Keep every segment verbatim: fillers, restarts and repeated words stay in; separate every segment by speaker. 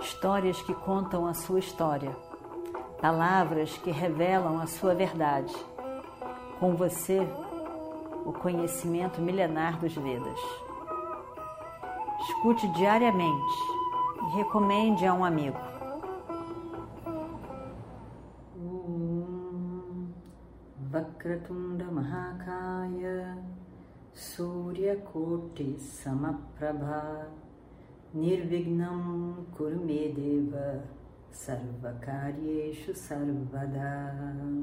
Speaker 1: Histórias que contam a sua história, palavras que revelam a sua verdade. Com você, o conhecimento milenar dos Vedas. Escute diariamente e recomende a um amigo. Vakratunda Mahakaya Surya Koti Samaprabha Nirvignam Kurumedeva Sarvakaryeshu Sarvada.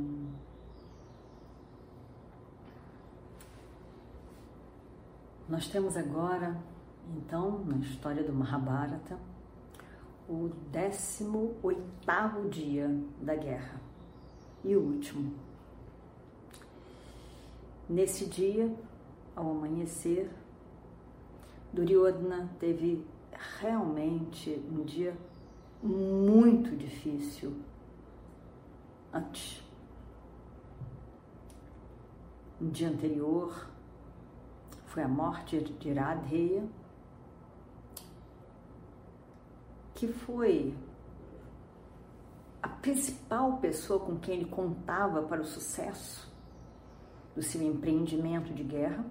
Speaker 1: Nós temos agora, então, na história do Mahabharata, o décimo oitavo dia da guerra e o último. Nesse dia, ao amanhecer, Duryodhana teve realmente um dia muito difícil antes. No dia anterior foi a morte de Radheya, que foi a principal pessoa com quem ele contava para o sucesso do seu empreendimento de guerra.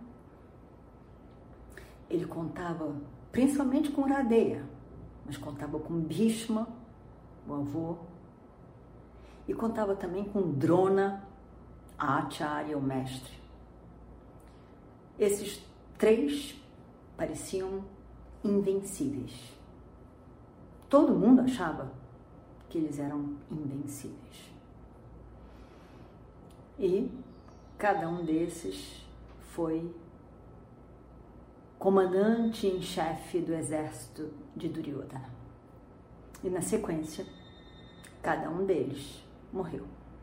Speaker 1: Ele contava principalmente com Radheya, mas contava com Bhishma, o avô, e contava também com Drona, a Acharya, o mestre. Esses três pareciam invencíveis. Todo mundo achava que eles eram invencíveis. E cada um desses foi comandante em chefe do exército de Duryodhana. E na sequência, cada um deles morreu.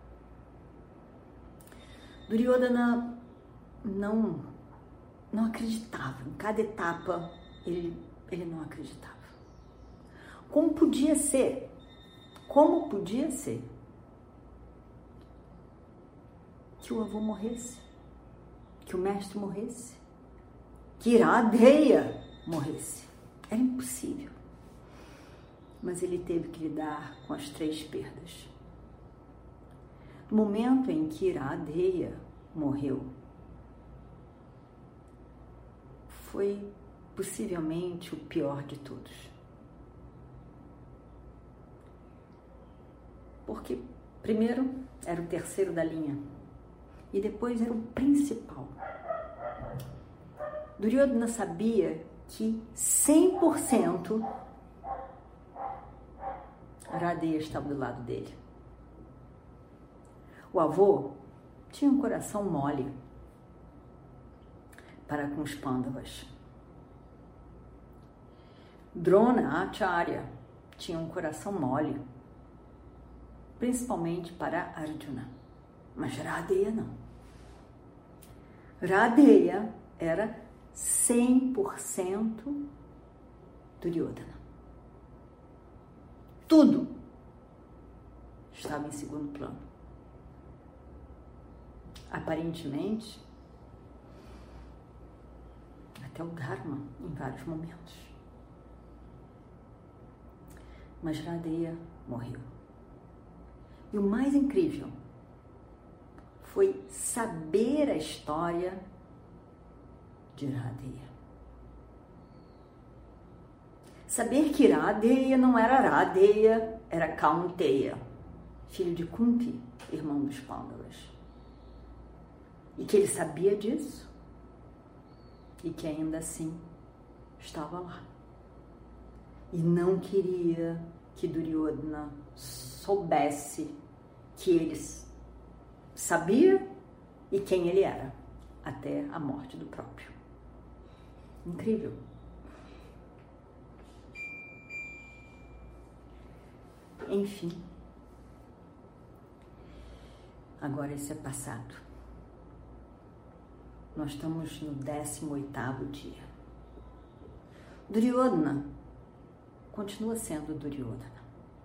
Speaker 1: Duryodhana não, não acreditava. Em cada etapa, ele, ele não acreditava. Como podia ser? Como podia ser que o avô morresse? Que o mestre morresse? Que Radheya morresse? Era impossível. Mas ele teve que lidar com as três perdas. No momento em que Radheya morreu, foi possivelmente o pior de todos. Porque, primeiro, era o terceiro da linha e depois era o principal. Duryodhana sabia que cem por cento Radheya estava do lado dele. O avô tinha um coração mole para com os Pandavas. Drona, Acharya, tinha um coração mole, principalmente para Arjuna, mas Radheya não. Radheya era cem por cento Duryodhana. Tudo estava em segundo plano. Aparentemente, até o Dharma em vários momentos. Mas Radheya morreu. E o mais incrível foi saber a história de Radheya. Saber que Radheya não era Radheya, era Kaunteya, filho de Kunti, irmão dos Pandavas. E que ele sabia disso e que ainda assim estava lá. E não queria que Duryodhana soubesse que ele sabia e quem ele era, até a morte do próprio. Incrível. Enfim, agora isso é passado. Nós estamos no décimo oitavo dia. Duryodhana continua sendo Duryodhana.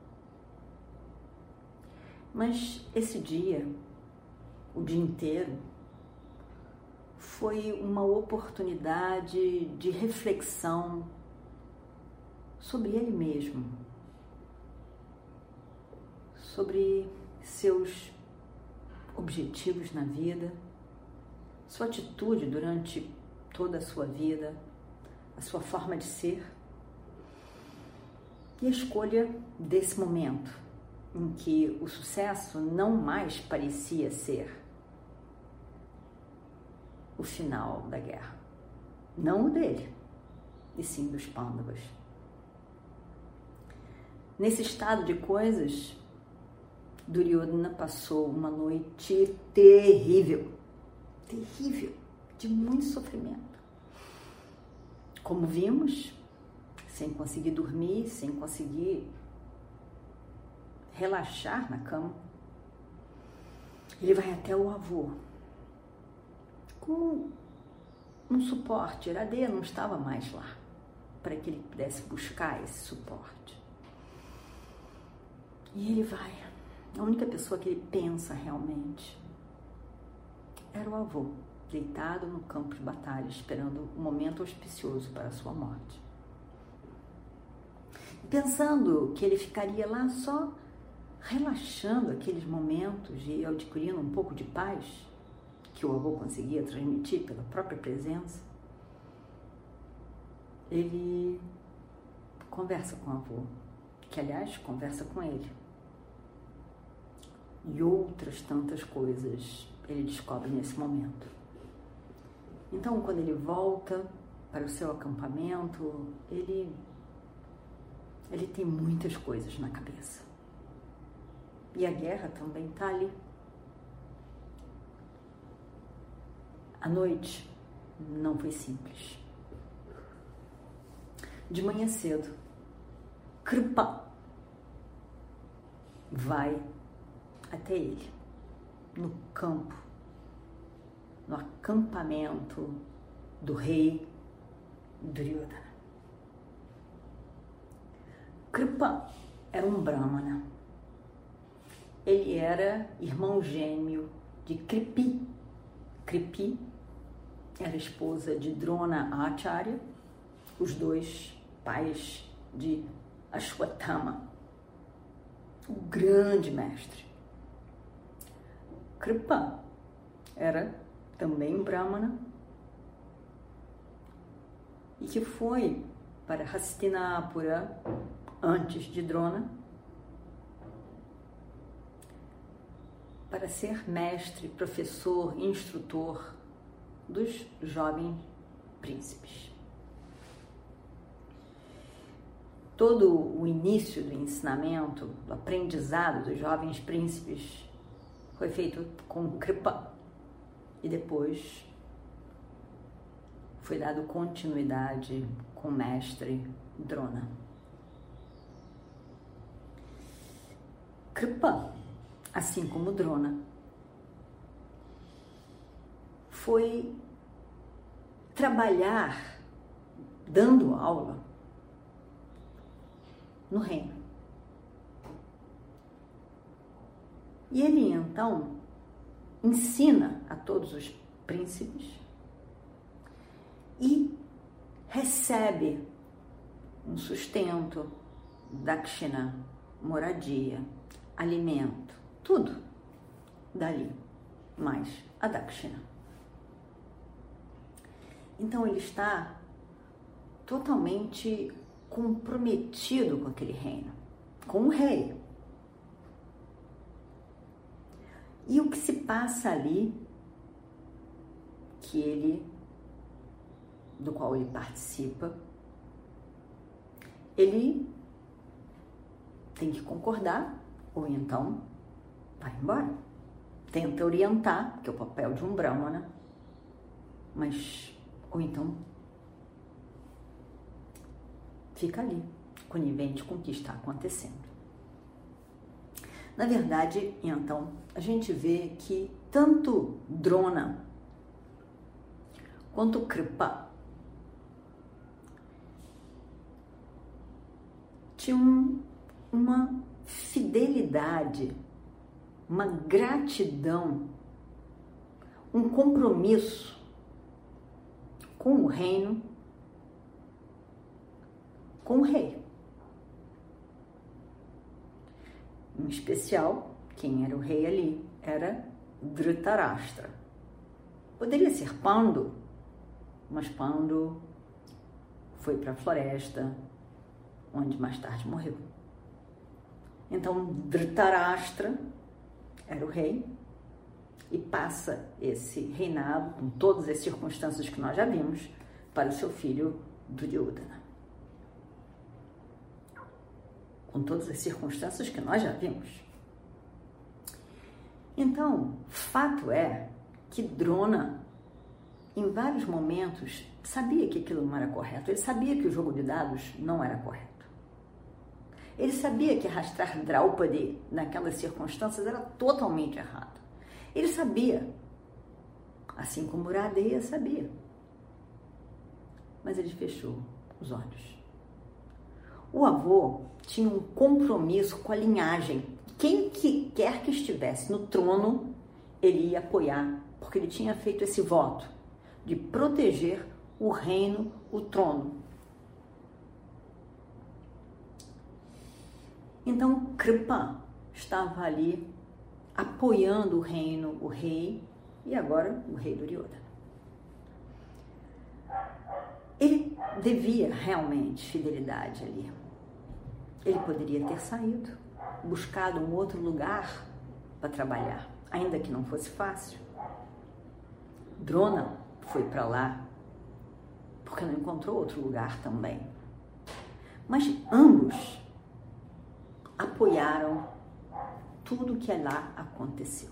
Speaker 1: Mas esse dia, o dia inteiro, foi uma oportunidade de reflexão sobre ele mesmo, sobre seus objetivos na vida, sua atitude durante toda a sua vida, a sua forma de ser e a escolha desse momento em que o sucesso não mais parecia ser o final da guerra. Não o dele, e sim dos Pândavas. Nesse estado de coisas, Duryodhana passou uma noite terrível, terrível, de muito sofrimento. Como vimos, sem conseguir dormir, sem conseguir relaxar na cama, ele vai até o avô com um suporte. Iradeya não estava mais lá para que ele pudesse buscar esse suporte. E ele vai. A única pessoa que ele pensa realmente era o avô, deitado no campo de batalha, esperando o momento auspicioso para a sua morte. Pensando que ele ficaria lá só relaxando aqueles momentos e adquirindo um pouco de paz que o avô conseguia transmitir pela própria presença, ele conversa com o avô, que aliás conversa com ele. E outras tantas coisas ele descobre nesse momento. Então, quando ele volta para o seu acampamento, ele, ele tem muitas coisas na cabeça. E a guerra também está ali. A noite não foi simples. De manhã cedo, Kripa vai até ele, no campo, no acampamento do rei Duryodhana. Kripa era um brahmana. Ele era irmão gêmeo de Kripi. Kripi era esposa de Drona Acharya, os dois pais de Ashwatthama, o grande mestre. Kripa era também um brahmana e que foi para Hastinapura antes de Drona para ser mestre, professor, instrutor dos jovens príncipes. Todo o início do ensinamento, do aprendizado dos jovens príncipes foi feito com Kripa e depois foi dado continuidade com o mestre Drona. Kripa, assim como Drona, foi trabalhar dando aula no reino. E ele então ensina a todos os príncipes e recebe um sustento, dakshina, moradia, alimento, tudo dali, mais a dakshina. Então ele está totalmente comprometido com aquele reino, com o rei. E o que se passa ali, que ele, do qual ele participa, ele tem que concordar, ou então vai embora. Tenta orientar, que é o papel de um brahmana, mas, ou então, fica ali, conivente com o que está acontecendo. Na verdade, então, a gente vê que tanto Drona quanto Kripa tinham uma fidelidade, uma gratidão, um compromisso com o reino, com o rei. Em especial, quem era o rei ali era Dhritarashtra. Poderia ser Pandu, mas Pandu foi para a floresta, onde mais tarde morreu. Então Dhritarashtra era o rei e passa esse reinado, com todas as circunstâncias que nós já vimos, para o seu filho Duryodhana. Com todas as circunstâncias que nós já vimos. Então, fato é que Drona, em vários momentos, sabia que aquilo não era correto. Ele sabia que o jogo de dados não era correto. Ele sabia que arrastar Draupadi naquelas circunstâncias era totalmente errado. Ele sabia, assim como Uradeia sabia. Mas ele fechou os olhos. O avô tinha um compromisso com a linhagem. Quem que quer que estivesse no trono, ele ia apoiar, porque ele tinha feito esse voto de proteger o reino, o trono. Então, Kripa estava ali apoiando o reino, o rei, e agora o rei Duryodhana. Ele devia realmente fidelidade ali. Ele poderia ter saído, buscado um outro lugar para trabalhar, ainda que não fosse fácil. Drona foi para lá porque não encontrou outro lugar também. Mas ambos apoiaram tudo que lá aconteceu.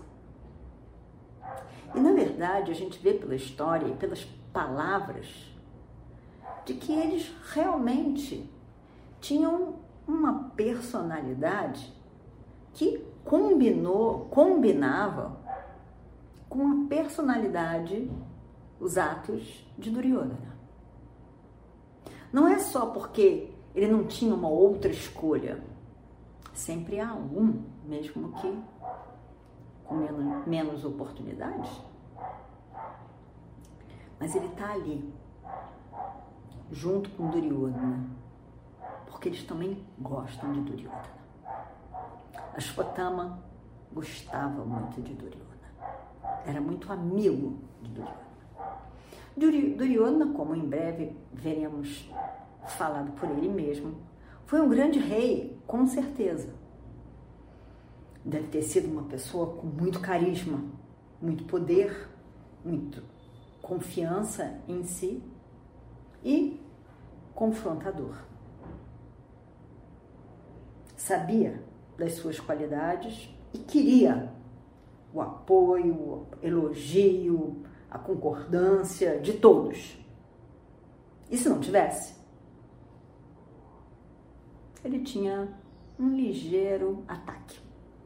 Speaker 1: E na verdade a gente vê pela história e pelas palavras de que eles realmente tinham uma personalidade que combinou, combinava com a personalidade, os atos de Duryodhana. Não é só porque ele não tinha uma outra escolha. Sempre há um, mesmo que com menos, menos oportunidades. Mas ele está ali, junto com Duryodhana, porque eles também gostam de Duryodhana. Ashwatthama gostava muito de Duryodhana. Era muito amigo de Duryodhana. Duryodhana, como em breve veremos falado por ele mesmo, foi um grande rei, com certeza. Deve ter sido uma pessoa com muito carisma, muito poder, muito confiança em si e confrontador. Sabia das suas qualidades e queria o apoio, o elogio, a concordância de todos. E se não tivesse? Ele tinha um ligeiro ataque.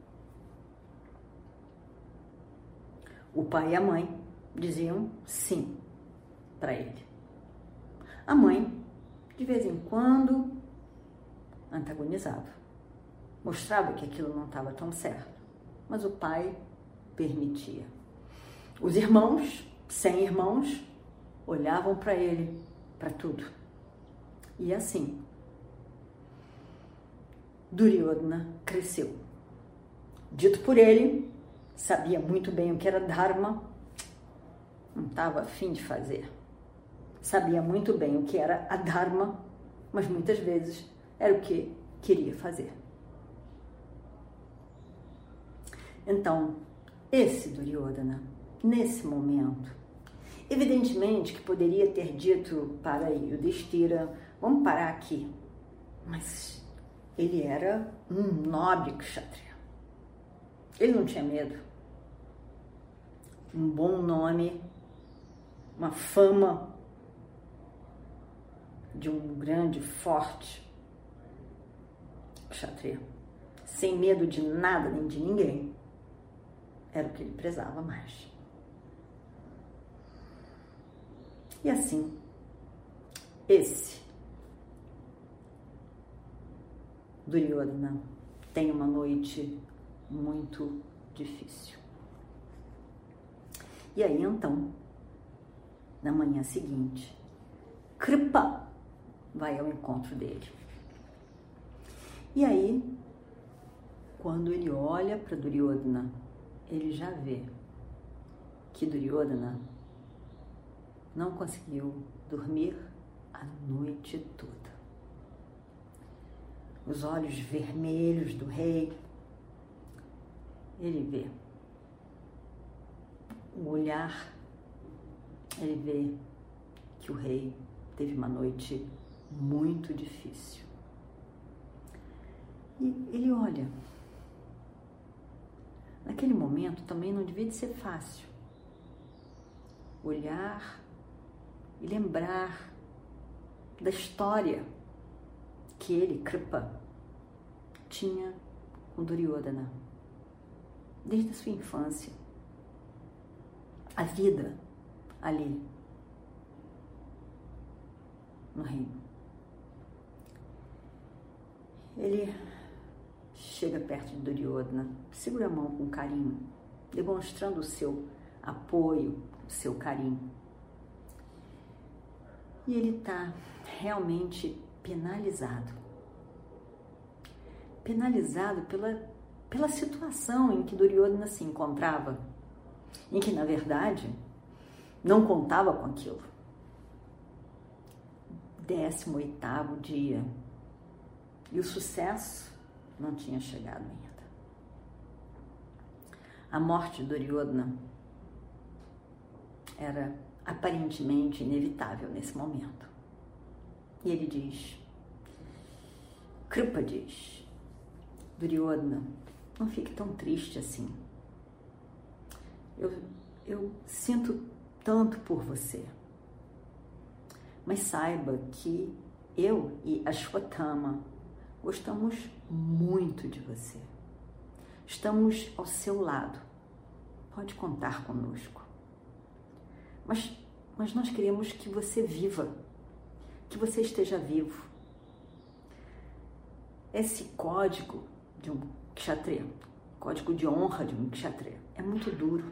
Speaker 1: O pai e a mãe diziam sim para ele. A mãe, de vez em quando, antagonizava. Mostrava que aquilo não estava tão certo. Mas o pai permitia. Os irmãos, sem irmãos, olhavam para ele, para tudo. E assim, Duryodhana cresceu. Dito por ele, sabia muito bem o que era Dharma, não estava a fim de fazer. Sabia muito bem o que era Adharma, mas muitas vezes era o que queria fazer. Então, esse Duryodhana, nesse momento, evidentemente que poderia ter dito para Yudhishthira, vamos parar aqui, mas ele era um nobre kshatriya. Ele não tinha medo. Um bom nome, uma fama de um grande, forte kshatriya, sem medo de nada nem de ninguém, era o que ele prezava mais. E assim, esse Duryodhana tem uma noite muito difícil. E aí então, na manhã seguinte, Kripa vai ao encontro dele. E aí, Quando ele olha para Duryodhana, ele já vê que Duryodhana não conseguiu dormir a noite toda. Os olhos vermelhos do rei, ele vê o olhar, ele vê que o rei teve uma noite muito difícil. E ele olha. Naquele momento também não devia de ser fácil olhar e lembrar da história que ele, Kripa, tinha com Duryodhana desde a sua infância. A vida ali no reino. Ele chega perto de Duryodhana, segura a mão com carinho, demonstrando o seu apoio, o seu carinho. E ele está realmente penalizado. Penalizado pela, pela situação em que Duryodhana se encontrava, em que, na verdade, não contava com aquilo. Décimo oitavo dia. E o sucesso não tinha chegado ainda. A morte de Duryodhana era aparentemente inevitável nesse momento. E ele diz, Kripa diz, Duryodhana, não fique tão triste assim. Eu, eu sinto tanto por você. Mas saiba que eu e Ashwatthama gostamos muito de você. Estamos ao seu lado. Pode contar conosco. Mas, mas nós queremos que você viva, que você esteja vivo. Esse código de um kshatriya, código de honra de um kshatriya, é muito duro.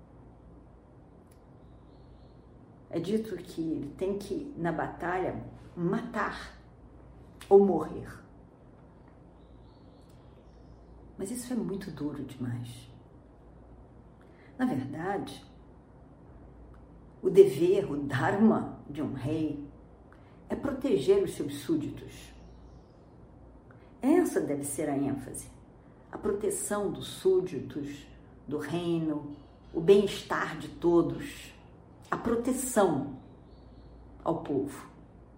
Speaker 1: É dito que ele tem que, na batalha, matar ou morrer. Mas isso é muito duro demais. Na verdade, o dever, o dharma de um rei é proteger os seus súditos. Essa deve ser a ênfase. A proteção dos súditos, do reino, o bem-estar de todos, a proteção ao povo.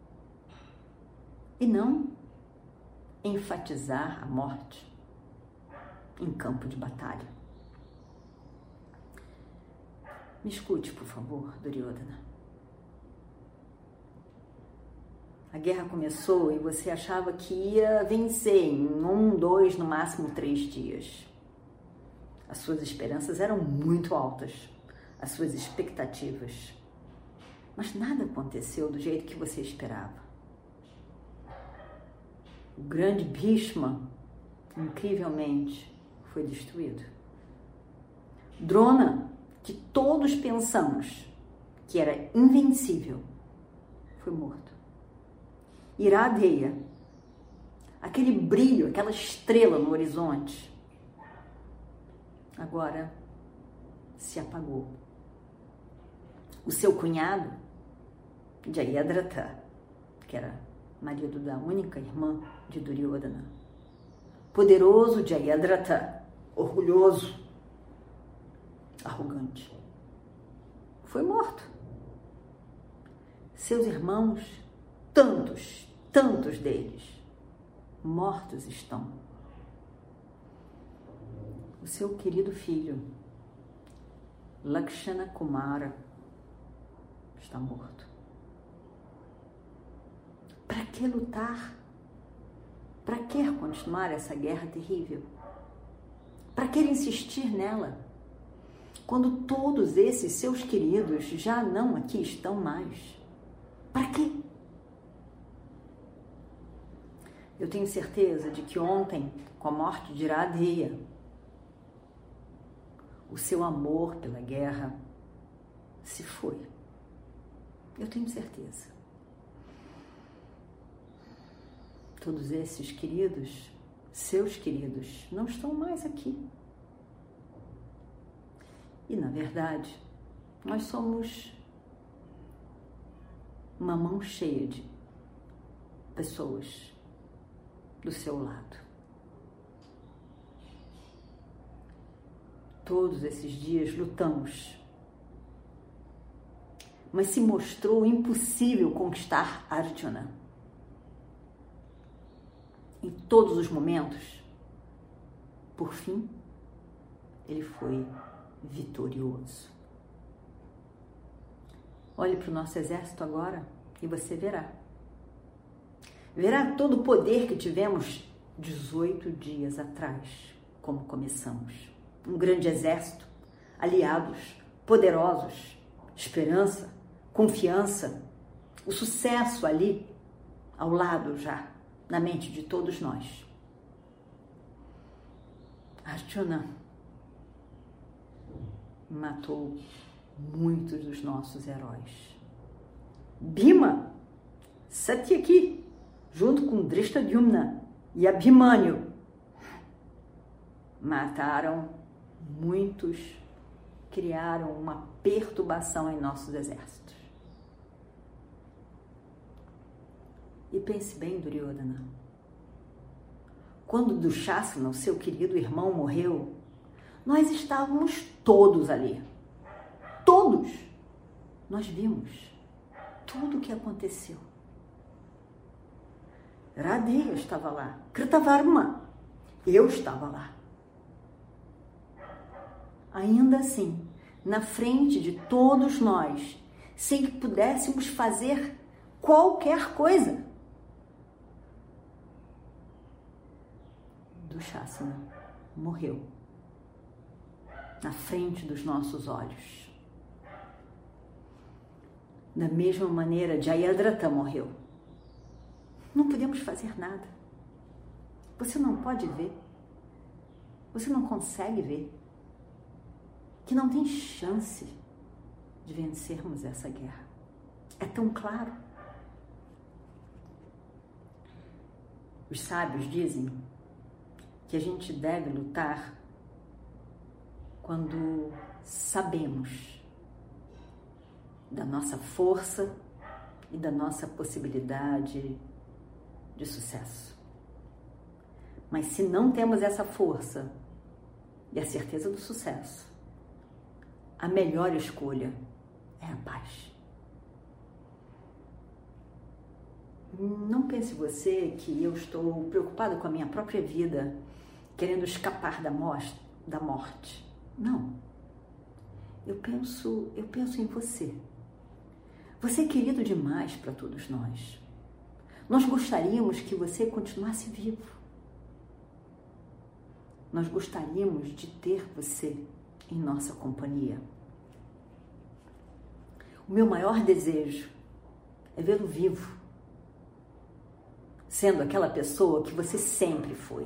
Speaker 1: E não enfatizar a morte em campo de batalha. Me escute, por favor, Duryodhana. A guerra começou e você achava que ia vencer em um, dois, no máximo três dias. As suas esperanças eram muito altas, as suas expectativas. Mas nada aconteceu do jeito que você esperava. O grande Bhishma, incrivelmente, foi destruído. Drona, que todos pensamos que era invencível, foi morto. Iradeya, aquele brilho, aquela estrela no horizonte, agora se apagou. O seu cunhado, Jayadratha, que era marido da única irmã de Duryodhana, poderoso Jayadratha, orgulhoso, arrogante, foi morto. Seus irmãos, tantos, tantos deles, mortos estão. O seu querido filho, Lakshana Kumara, está morto. Para que lutar? Para que continuar essa guerra terrível? Para que insistir nela? Quando todos esses seus queridos já não aqui estão mais. Para quê? Eu tenho certeza de que ontem, com a morte de Iradeya, o seu amor pela guerra se foi. Eu tenho certeza. Todos esses queridos seus queridos, não estão mais aqui. E, na verdade, nós somos uma mão cheia de pessoas do seu lado. Todos esses dias lutamos, mas se mostrou impossível conquistar Arjuna. Em todos os momentos, por fim, ele foi vitorioso. Olhe para o nosso exército agora e você verá. Verá todo o poder que tivemos dezoito dias atrás, como começamos. Um grande exército, aliados, poderosos, esperança, confiança, o sucesso ali, ao lado já, na mente de todos nós. Arjuna matou muitos dos nossos heróis. Bhima, Satyaki, junto com Drishtadyumna e Abhimanyu, mataram muitos, criaram uma perturbação em nossos exércitos. E pense bem, Duryodhana, quando Dushasana, o seu querido irmão, morreu, nós estávamos todos ali. Todos! Nós vimos tudo o que aconteceu. Radeya estava lá, Kritavarma, eu estava lá. Ainda assim, na frente de todos nós, sem que pudéssemos fazer qualquer coisa, Dushasana morreu na frente dos nossos olhos. Da mesma maneira, Jayadratha morreu. Não podemos fazer nada. Você não pode ver. Você não consegue ver que não tem chance de vencermos essa guerra. É tão claro. Os sábios dizem que a gente deve lutar quando sabemos da nossa força e da nossa possibilidade de sucesso. Mas se não temos essa força e a certeza do sucesso, a melhor escolha é a paz. Não pense você que eu estou preocupada com a minha própria vida, querendo escapar da morte, da morte. Não. Eu penso, eu penso em você. Você é querido demais para todos nós. Nós gostaríamos que você continuasse vivo. Nós gostaríamos de ter você em nossa companhia. O meu maior desejo é vê-lo vivo, sendo aquela pessoa que você sempre foi.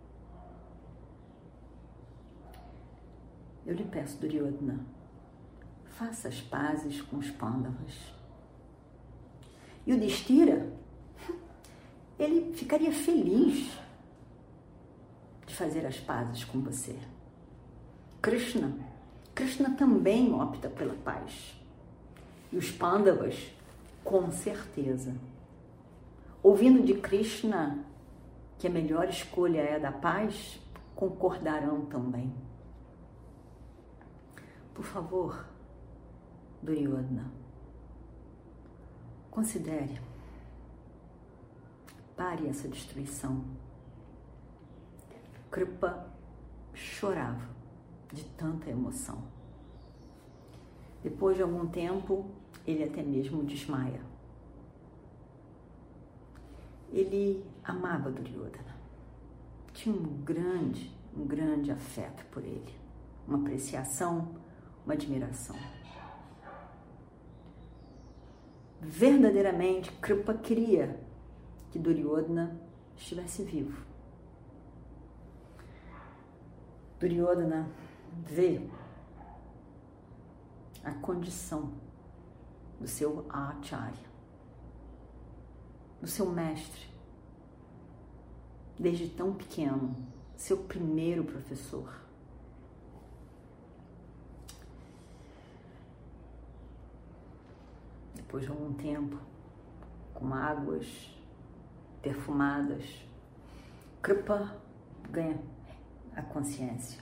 Speaker 1: Eu lhe peço, Duryodhana, faça as pazes com os Pandavas. E o Yudhishthira, ele ficaria feliz de fazer as pazes com você. Krishna, Krishna também opta pela paz. E os Pandavas, com certeza, ouvindo de Krishna que a melhor escolha é a da paz, concordarão também. Por favor, Duryodhana, considere, pare essa destruição. Kripa chorava de tanta emoção. Depois de algum tempo, ele até mesmo desmaia. Ele amava Duryodhana, tinha um grande, um grande afeto por ele, uma apreciação, uma admiração. Verdadeiramente, Kripa queria que Duryodhana estivesse vivo. Duryodhana vê a condição do seu acharya, do seu mestre, desde tão pequeno, seu primeiro professor. Depois de algum tempo, com águas perfumadas, Kripa ganha a consciência.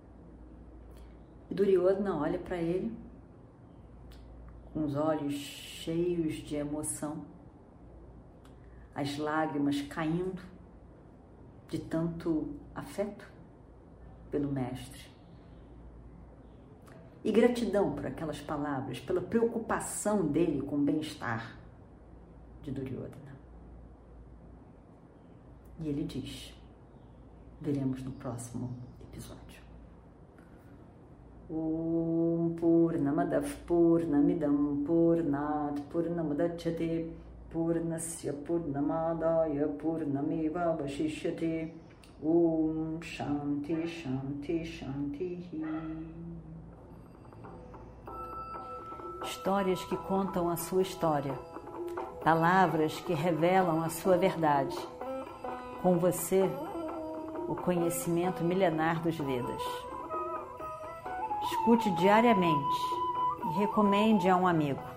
Speaker 1: E Duryodhana olha para ele com os olhos cheios de emoção, as lágrimas caindo de tanto afeto pelo mestre. E gratidão por aquelas palavras, pela preocupação dele com o bem-estar de Duryodhana. E ele diz, veremos no próximo episódio. Om Purnamadav Purnamidam Purnat Purnamudachyate Purnasya Purnamadaya Purnameva Vashishyate. Om Shanti Shanti Shanti. Histórias que contam a sua história, palavras que revelam a sua verdade. Com você, o conhecimento milenar dos Vedas. Escute diariamente e recomende a um amigo.